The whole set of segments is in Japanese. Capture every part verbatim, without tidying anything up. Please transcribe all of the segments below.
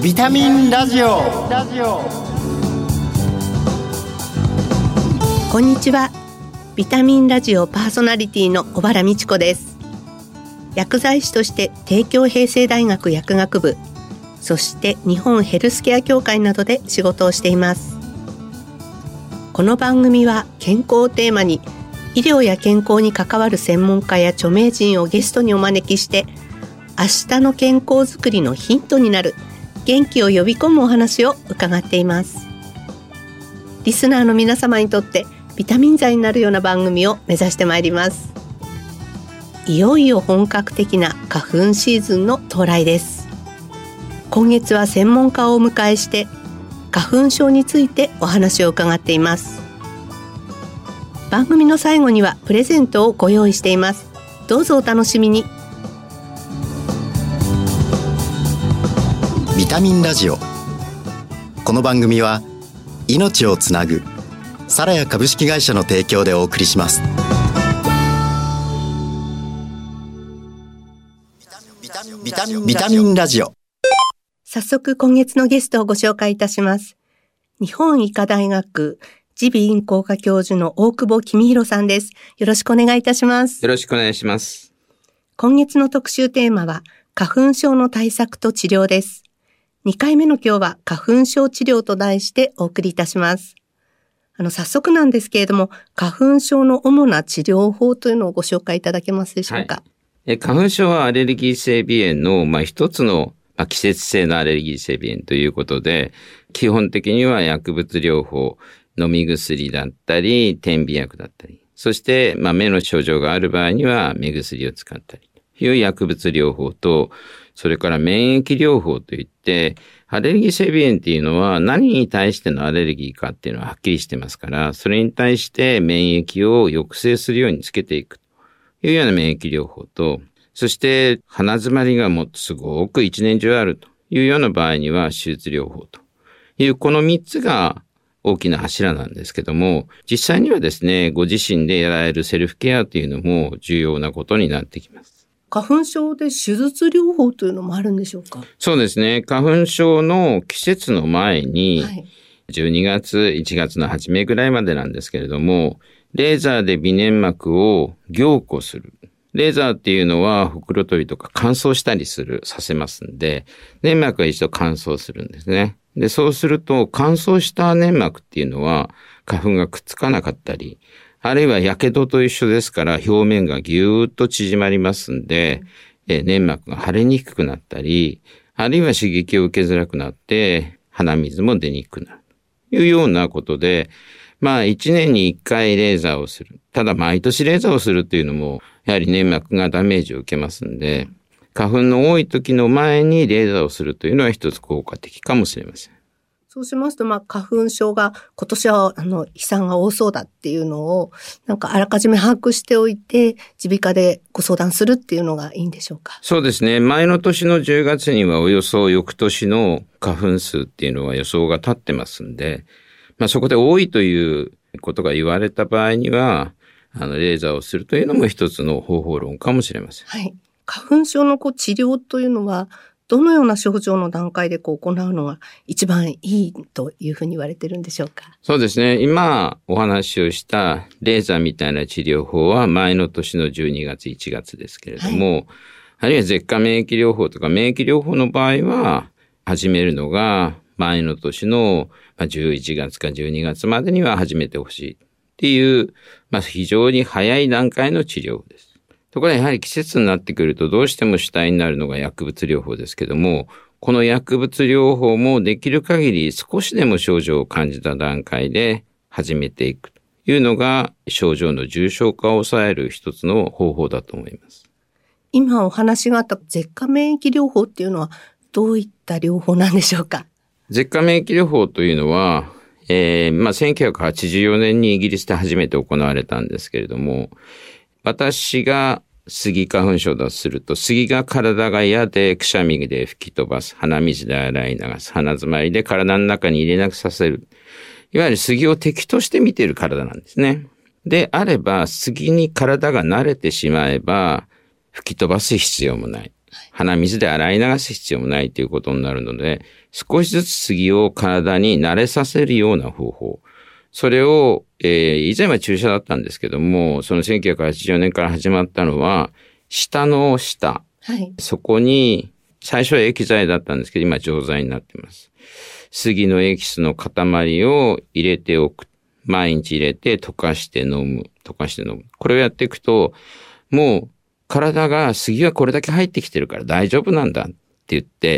ビタミンラジオ。 こんにちは。ビタミンラジオパーソナリティの小原美智子です。薬剤師として帝京平成大学薬学部、そして日本ヘルスケア協会などで仕事をしています。この番組は健康をテーマに、医療や健康に関わる専門家や著名人をゲストにお招きして、明日の健康づくりのヒントになる元気を呼び込むお話を伺っています。リスナーの皆様にとってビタミン剤になるような番組を目指してまいります。いよいよ本格的な花粉シーズンの到来です。今月は専門家をお迎えして花粉症についてお話を伺っています。番組の最後にはプレゼントをご用意しています。どうぞお楽しみに。 ビタミンラジオ。この番組は命をつなぐサラヤ株式会社の提供でお送りします。ビタミン、ビタミンラジオ。 早速今月のゲストをご紹介いたします。日本医科大学耳鼻咽喉科教授の大久保公弘さんです。よろしくお願いいたします。 よろしくお願いします。 今月の特集テーマは花粉症の対策と治療です。にかいめの今日は花粉症治療と題してお送りいたします。あの、早速なんですけれども、花粉症の主な治療法というのをご紹介いただけますでしょうか。 はい、え花粉症はアレルギー性鼻炎の、まあ、一つの、まあ、季節性のアレルギー性鼻炎ということで、基本的には薬物療法、飲み薬だったり、点鼻薬だったり、そして、まあ、目の症状がある場合には目薬を使ったりという薬物療法と、それから免疫療法といって、アレルギー性鼻炎っていうのは何に対してのアレルギーかっていうのははっきりしてますから、それに対して免疫を抑制するようにつけていくというような免疫療法と、そして鼻詰まりがもっとすごく一年中あるというような場合には手術療法というこのみっつが大きな柱なんですけども、実際にはですね、ご自身でやられるセルフケアというのも重要なことになってきます。 花粉症で手術療法というのもあるんでしょうか。 そうですね。花粉症の季節の前に、はい、じゅうにがつ、いちがつの初めぐらいまでなんですけれども、レーザーで鼻粘膜を凝固する。レーザーっていうのは、ほくろ取りとか乾燥したりする、させますんで、粘膜が一度乾燥するんですね。で、そうすると、乾燥した粘膜っていうのは、花粉がくっつかなかったり、あるいは火傷と一緒ですから表面がぎゅーっと縮まりますんで、え粘膜が腫れにくくなったり、あるいは刺激を受けづらくなって鼻水も出にくくなるというようなことで、まあいちねんにいっかいレーザーをする。ただ毎年レーザーをするっていうのもやはり粘膜がダメージを受けますんで、花粉の多い時の前にレーザーをするというのは一つ効果的かもしれません。 そうしますと、まあ、花粉症が今年は、あの、飛散が多そうだっていうのを、なんかあらかじめ把握しておいて、耳鼻科でご相談するっていうのがいいんでしょうか。 そうですね。前の年のじゅうがつにはおよそ翌年の花粉数っていうのは予想が立ってますんで、まあそこで多いということが言われた場合には、あの、レーザーをするというのも一つの方法論かもしれません。 はい。花粉症のこう治療というのは、どのような症状の段階でこう行うのが一番いいというふうに言われてるんでしょうか。 そうですね。今お話をしたレーザーみたいな治療法は前の年のじゅうにがつ、いちがつですけれども、はい、あるいは舌下免疫療法とか免疫療法の場合は始めるのが前の年のじゅういちがつかじゅうにがつまでには始めてほしいっていう、まあ、非常に早い段階の治療法です。ところがやはり季節になってくるとどうしても主体になるのが薬物療法ですけども、この薬物療法もできる限り少しでも症状を感じた段階で始めていくというのが症状の重症化を抑える一つの方法だと思います。 今お話があった舌下免疫療法っていうのはどういった療法なんでしょうか。 舌下免疫療法というのは、えー、まあせんきゅうひゃくはちじゅうよねんにイギリスで初めて行われたんですけれども、私がスギ花粉症だとすると、スギが体が嫌でくしゃみで吹き飛ばす、鼻水で洗い流す、鼻詰まりで体の中に入れなくさせる。いわゆるスギを敵として見ている体なんですね。であれば、スギに体が慣れてしまえば、吹き飛ばす必要もない。 鼻水で洗い流す必要もないということになるので、少しずつ杉を体に慣れさせるような方法。それを、えー、以前は注射だったんですけども、そのせんきゅうひゃくはちじゅうよねんから始まったのは、舌の下。はい、そこに、最初は液剤だったんですけど、今錠剤になっています。杉のエキスの塊を入れておく。毎日入れて溶かして飲む。溶かして飲む。これをやっていくと、もう体が杉はこれだけ入ってきてるから大丈夫なんだって言って、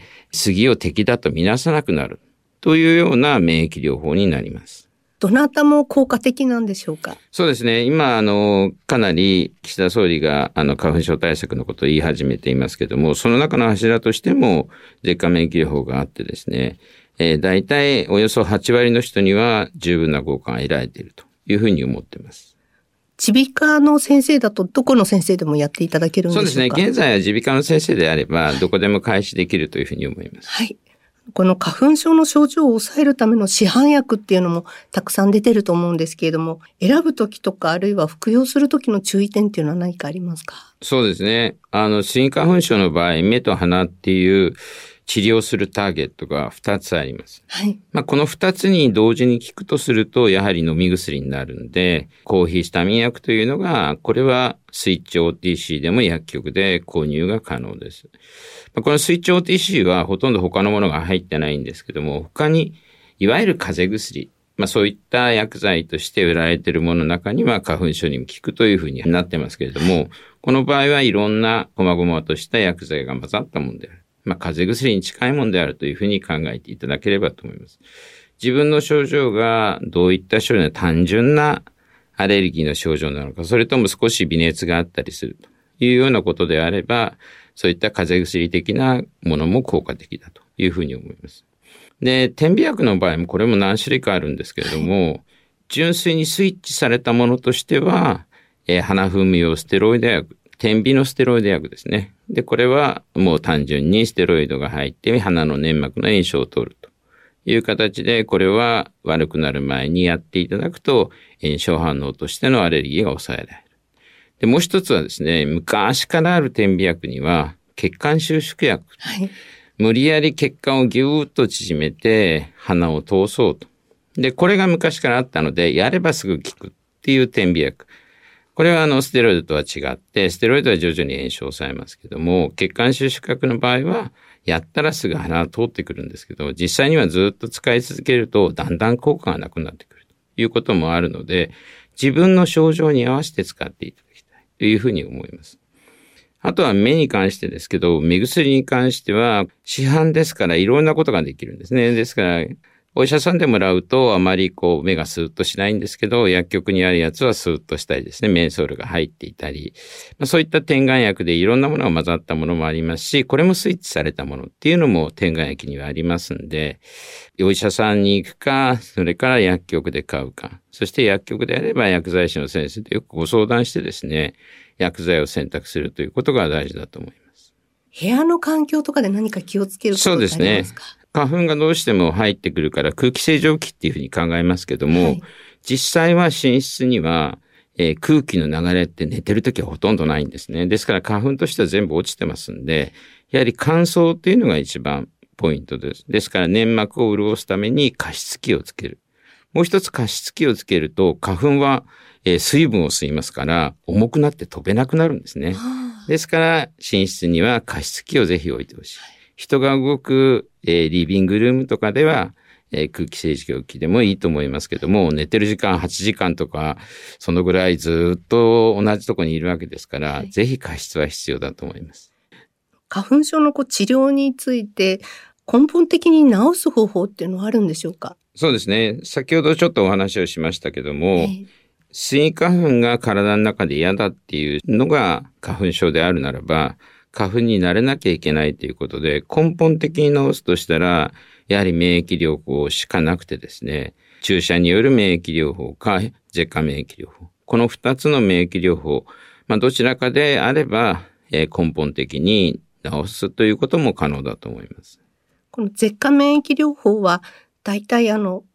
杉を敵だと見なさなくなる。というような免疫療法になります。 どなたも効果的なんでしょうか？ そうですね。今、あの、かなり岸田総理が、あの、花粉症対策のことを言い始めていますけども、その中の柱としても、舌下免疫療法があってですね、えー、大体およそはちわりの人には十分な効果が得られているというふうに思っています。 耳鼻科の先生だとどこの先生でもやっていただけるんでしょうか？ そうですね。現在は耳鼻科の先生であれば、どこでも開始できるというふうに思います。 はい。この花粉症の症状を抑えるための市販薬っていうのもたくさん出てると思うんですけれども、選ぶときとかあるいは服用するときの注意点っていうのは何かありますか？ そうですね。あの、スギ花粉症の場合、目と鼻っていう治療するターゲットがふたつあります。はい。まあ、このふたつに同時に効くとすると、やはり飲み薬になるんで、抗ヒスタミン薬というのが、これはスイッチ オーティーシー でも薬局で購入が可能です。まあ、このスイッチ オーティーシー はほとんど他のものが入ってないんですけども、他に、いわゆる風邪薬、まあそういった薬剤として売られているものの中には花粉症にも効くというふうになってますけれども、この場合はいろんな細々とした薬剤が混ざったものである。まあ風邪薬に近いものであるというふうに考えていただければと思います。自分の症状がどういった症状な単純なアレルギーの症状なのか、それとも少し微熱があったりするというようなことであれば、そういった風邪薬的なものも効果的だというふうに思います。で、点鼻薬の場合もこれも何種類かあるんですけれども、はい、純粋にスイッチされたものとしては、えー、鼻噴霧用ステロイド薬、点鼻のステロイド薬ですね。で、これはもう単純にステロイドが入って鼻の粘膜の炎症を取るという形で、これは悪くなる前にやっていただくと、炎症反応としてのアレルギーが抑えられる。で、もう一つはですね、昔からある点鼻薬には血管収縮薬。はい、無理やり血管をぎゅーっと縮めて鼻を通そうと。で、これが昔からあったので、やればすぐ効くっていう点鼻薬。これはあのステロイドとは違って、ステロイドは徐々に炎症を抑えますけども、血管収縮薬の場合は、やったらすぐ鼻が通ってくるんですけど、実際にはずっと使い続けると、だんだん効果がなくなってくるということもあるので、自分の症状に合わせて使っていただきたいというふうに思います。あとは目に関してですけど、目薬に関しては市販ですからいろんなことができるんですね。ですから、お医者さんでもらうとあまりこう目がスーッとしないんですけど、薬局にあるやつはスーッとしたりですね、メンソールが入っていたり、まあ、そういった点眼薬でいろんなものが混ざったものもありますし、これもスイッチされたものっていうのも点眼薬にはありますんで、お医者さんに行くか、それから薬局で買うか、そして薬局であれば薬剤師の先生とよくご相談してですね、薬剤を選択するということが大事だと思います。 部屋の環境とかで何か気をつけることってありますか？そうですね。 花粉がどうしても入ってくるから空気清浄機っていうふうに考えますけども、はい、実際は寝室には、えー、空気の流れって寝てるときはほとんどないんですね。ですから花粉としては全部落ちてますんで、やはり乾燥っていうのが一番ポイントです。ですから粘膜を潤すために加湿器をつける。もう一つ加湿器をつけると花粉は、えー、水分を吸いますから重くなって飛べなくなるんですね。ですから寝室には加湿器をぜひ置いてほしい。人が動く、えー、リビングルームとかでは、えー、空気清浄機でもいいと思いますけども、寝てる時間はちじかんとか、そのぐらいずっと同じところにいるわけですから、はい、ぜひ加湿は必要だと思います。 花粉症のこう治療について根本的に治す方法っていうのはあるんでしょうか？ そうですね。先ほどちょっとお話をしましたけども、えー、スギ花粉が体の中で嫌だっていうのが花粉症であるならば、花粉になれなきゃいけないということで、根本的に治すとしたら、やはり免疫療法しかなくてですね、注射による免疫療法か、舌下免疫療法。この二つの免疫療法、まあどちらかであれば、えー、根本的に治すということも可能だと思います。 この舌下免疫療法は、大体あの、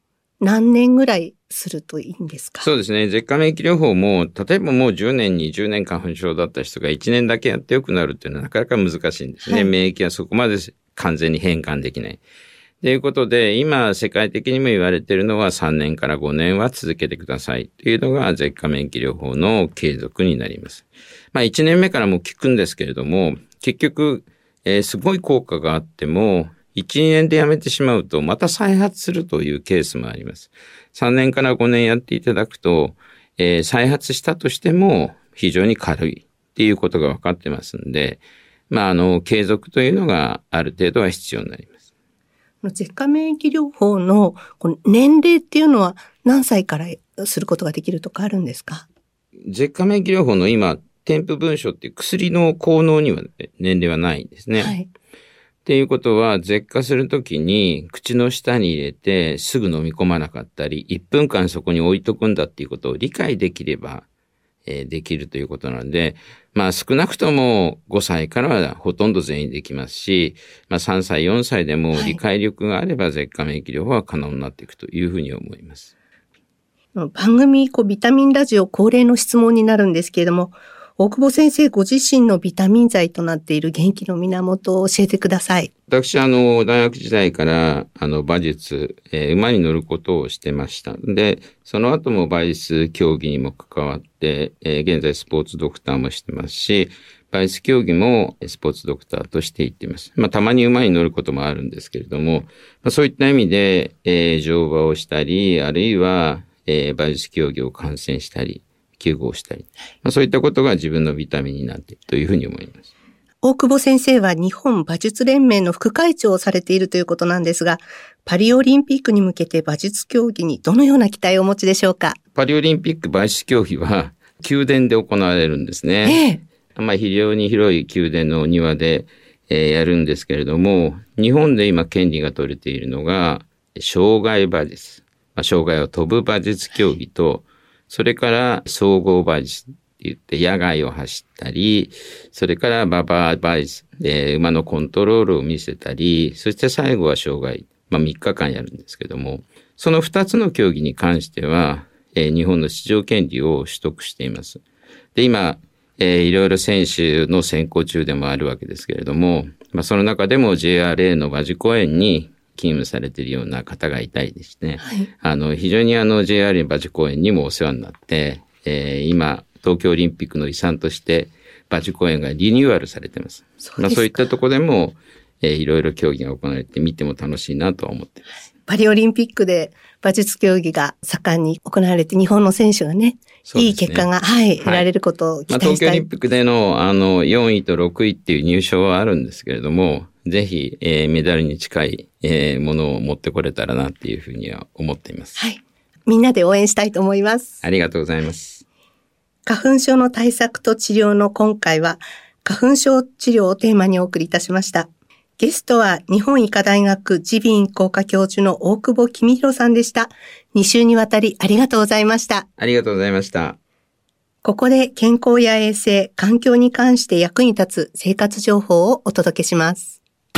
何年ぐらいするといいんですか？ そうですね。舌下免疫療法も、例えばもうじゅうねん、にじゅうねん花粉症だった人がいちねんだけやって良くなるっていうのはなかなか難しいんですね。はい、免疫はそこまで完全に変換できない。ということで、今世界的にも言われているのはさんねんからごねんは続けてくださいというのが舌下免疫療法の継続になります。まあいちねんめからも効くんですけれども、結局、えー、すごい効果があっても、いち、にねんでやめてしまうとまた再発するというケースもあります。さんねんからごねんやっていただくと、えー、再発したとしても非常に軽いっていうことが分かってますんで、まああの継続というのがある程度は必要になります。 舌下免疫療法のこの年齢っていうのは何歳からすることができるとかあるんですか？ 舌下免疫療法の今添付文書っていう薬の効能には年齢はないんですね。はい。っていうことは、舌下するときに口の下に入れてすぐ飲み込まなかったり、いっぷんかんそこに置いとくんだっていうことを理解できれば、えー、できるということなので、まあ少なくともごさいからはほとんど全員できますし、まあさんさい、よんさいでも理解力があれば舌下免疫療法は可能になっていくというふうに思います。 番組こうビタミンラジオ恒例の質問になるんですけれども、大久保先生ご自身のビタミン剤となっている元気の源を教えてください。 私、あの、大学時代から、あの、馬術、えー、馬に乗ることをしてました。で、その後も馬術競技にも関わって、えー、現在スポーツドクターもしてますし、馬術競技もスポーツドクターとして行っています。まあ、たまに馬に乗ることもあるんですけれども、まあ、そういった意味で、えー、乗馬をしたり、あるいは、えー、馬術競技を観戦したり、救護をしたり、まあ、そういったことが自分のビタミンになっているというふうに思います。 大久保先生は日本馬術連盟の副会長をされているということなんですが、パリオリンピックに向けて馬術競技にどのような期待をお持ちでしょうか？ パリオリンピック馬術競技は宮殿で行われるんですね。ええ、まあ、非常に広い宮殿のお庭で、えー、やるんですけれども、日本で今権利が取れているのが障害馬術、まあ、障害を飛ぶ馬術競技と、それから総合馬術って言って野外を走ったり、それから馬場馬術、えー、馬のコントロールを見せたり、そして最後は障害、まあみっかかんやるんですけども、そのふたつの競技に関しては、えー、日本の出場権利を取得しています。で、今、えー、いろいろ選手の選考中でもあるわけですけれども、まあその中でも ジェイアールエー の馬事公園に勤務されているような方がいたりですね。はい、あの、非常にあの ジェイアールエー 馬事公園にもお世話になって、えー、今、東京オリンピックの遺産として馬事公園がリニューアルされています。そうまあ、そういったところでも、えー、いろいろ競技が行われて見ても楽しいなと思っています。 パリオリンピックで馬術競技が盛んに行われて日本の選手がね、ねいい結果が、はい、得られることを期待したい。 まあ、東京オリンピックでのあのよんいとろくいっていう入賞はあるんですけれども、ぜひ、えー、メダルに近い、えー、ものを持ってこれたらなっていうふうには思っています。 はい。みんなで応援したいと思います。 ありがとうございます。 花粉症の対策と治療の今回は、花粉症治療をテーマにお送りいたしました。ゲストは日本医科大学耳鼻咽喉科教授の大久保公弘さんでした。に週にわたりありがとうございました。 ありがとうございました。 ここで健康や衛生、環境に関して役に立つ生活情報をお届けします。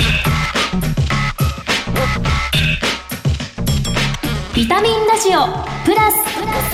ビタミンラジオプラス。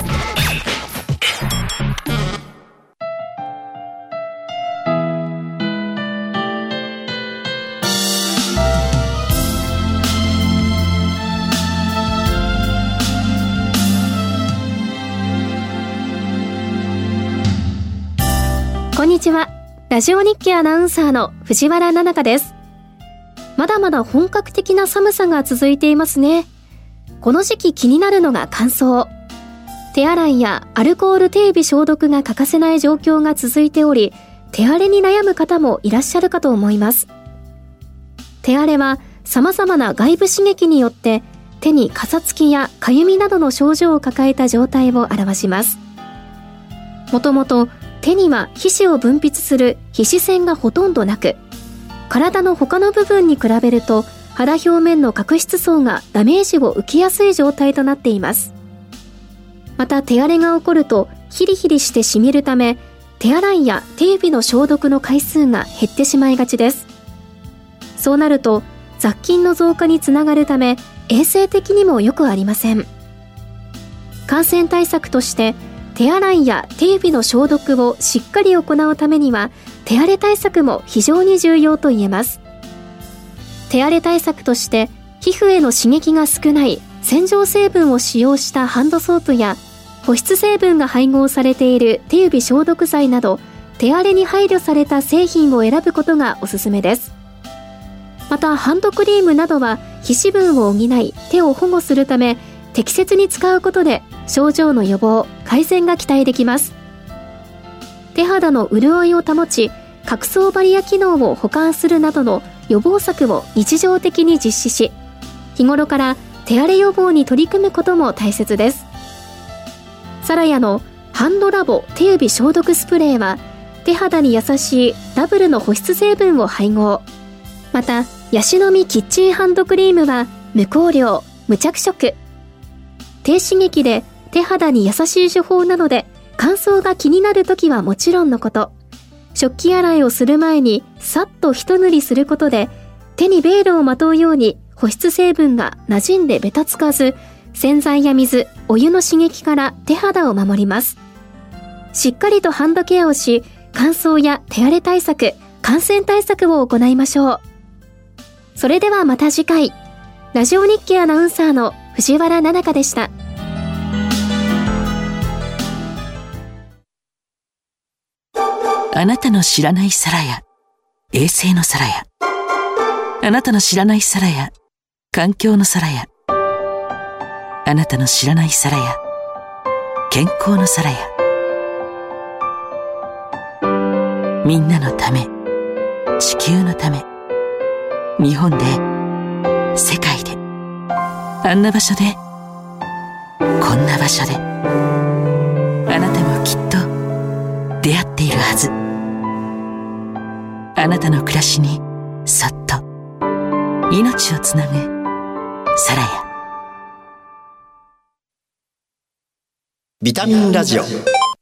こんにちは。ラジオ日記アナウンサーの藤原奈々香です。まだまだ本格的な寒さが続いていますね。この時期気になるのが乾燥。手洗いやアルコール手指消毒が欠かせない状況が続いており、手荒れに悩む方もいらっしゃるかと思います。手荒れは様々な外部刺激によって手にかさつきやかゆみなどの症状を抱えた状態を表します。もともと手には皮脂を分泌する皮脂腺がほとんどなく、体の他の部分に比べると肌表面の角質層がダメージを受けやすい状態となっています。また手荒れが起こるとヒリヒリしてしみるため、手洗いや手指の消毒の回数が減ってしまいがちです。そうなると雑菌の増加につながるため、衛生的にもよくありません。 感染対策として手洗いや手指の消毒をしっかり行うためには手荒れ対策も非常に重要と言えます。手荒れ対策として皮膚への刺激が少ない洗浄成分を使用したハンドソープや保湿成分が配合されている手指消毒剤など手荒れに配慮された製品を選ぶことがおすすめです。またハンドクリームなどは皮脂分を補い手を保護するため適切に使うことで症状の予防・改善が期待できます。手肌の潤いを保ち角層バリア機能を補完するなどの予防策を日常的に実施し、日頃から手荒れ予防に取り組むことも大切です。サラヤのハンドラボ手指消毒スプレーは手肌に優しいダブルの保湿成分を配合。またヤシの実キッチンハンドクリームは無香料・無着色、低刺激で手肌に優しい手法なので乾燥が気になるときはもちろんのこと、食器洗いをする前にさっと一塗りすることで手にベールをまとうように保湿成分が馴染んでベタつかず、洗剤や水、お湯の刺激から手肌を守ります。しっかりとハンドケアをし、乾燥や手荒れ対策、感染対策を行いましょう。それではまた次回。ラジオ日経アナウンサーの藤原奈々香でした。 あなたの知らない皿や衛生の皿や、あなたの知らない皿や環境の皿や、あなたの知らない皿や健康の皿や、みんなのため、地球のため、日本で、世界で、あんな場所で、こんな場所で、あなたもきっと出会っているはず。あなたの暮らしにそっと命をつなぐサラヤ。 ビタミンラジオ。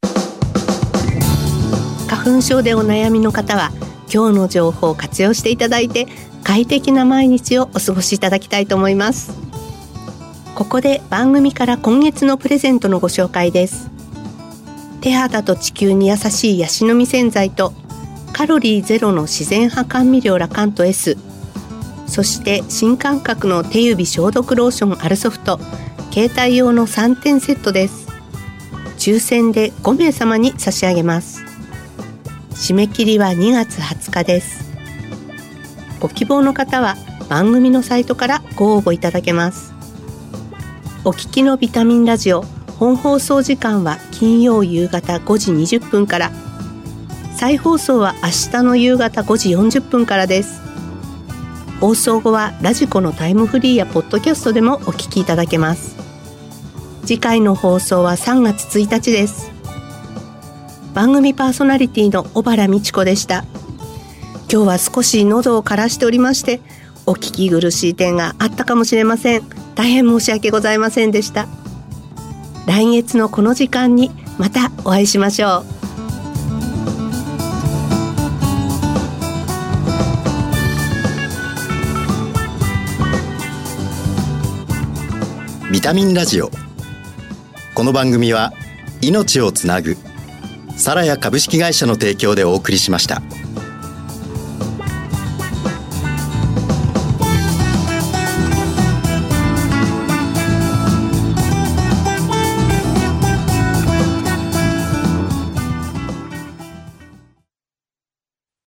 花粉症でお悩みの方は今日の情報を活用していただいて快適な毎日をお過ごしいただきたいと思います。ここで番組から今月のプレゼントのご紹介です。手肌と地球に優しいヤシの実洗剤とカロリーゼロの自然派甘味料ラカント S、 そして新感覚の手指消毒ローションアルソフト携帯用のさんてんセットです。抽選でごめいさまに差し上げます。締め切りはにがつはつかです。ご希望の方は番組のサイトからご応募いただけます。お聞きのビタミンラジオ本放送時間は金曜夕方ごじにじゅっぷんから、再放送は明日の夕方ごじよんじゅっぷんからです。放送後はラジコのタイムフリーやポッドキャストでもお聞きいただけます。次回の放送はさんがつついたちです。番組パーソナリティの小原美智子でした。今日は少し喉を枯らしておりまして、お聞き苦しい点があったかもしれません。大変申し訳ございませんでした。来月のこの時間にまたお会いしましょう。 ビタミンラジオ。この番組は命をつなぐサラヤ株式会社の提供でお送りしました。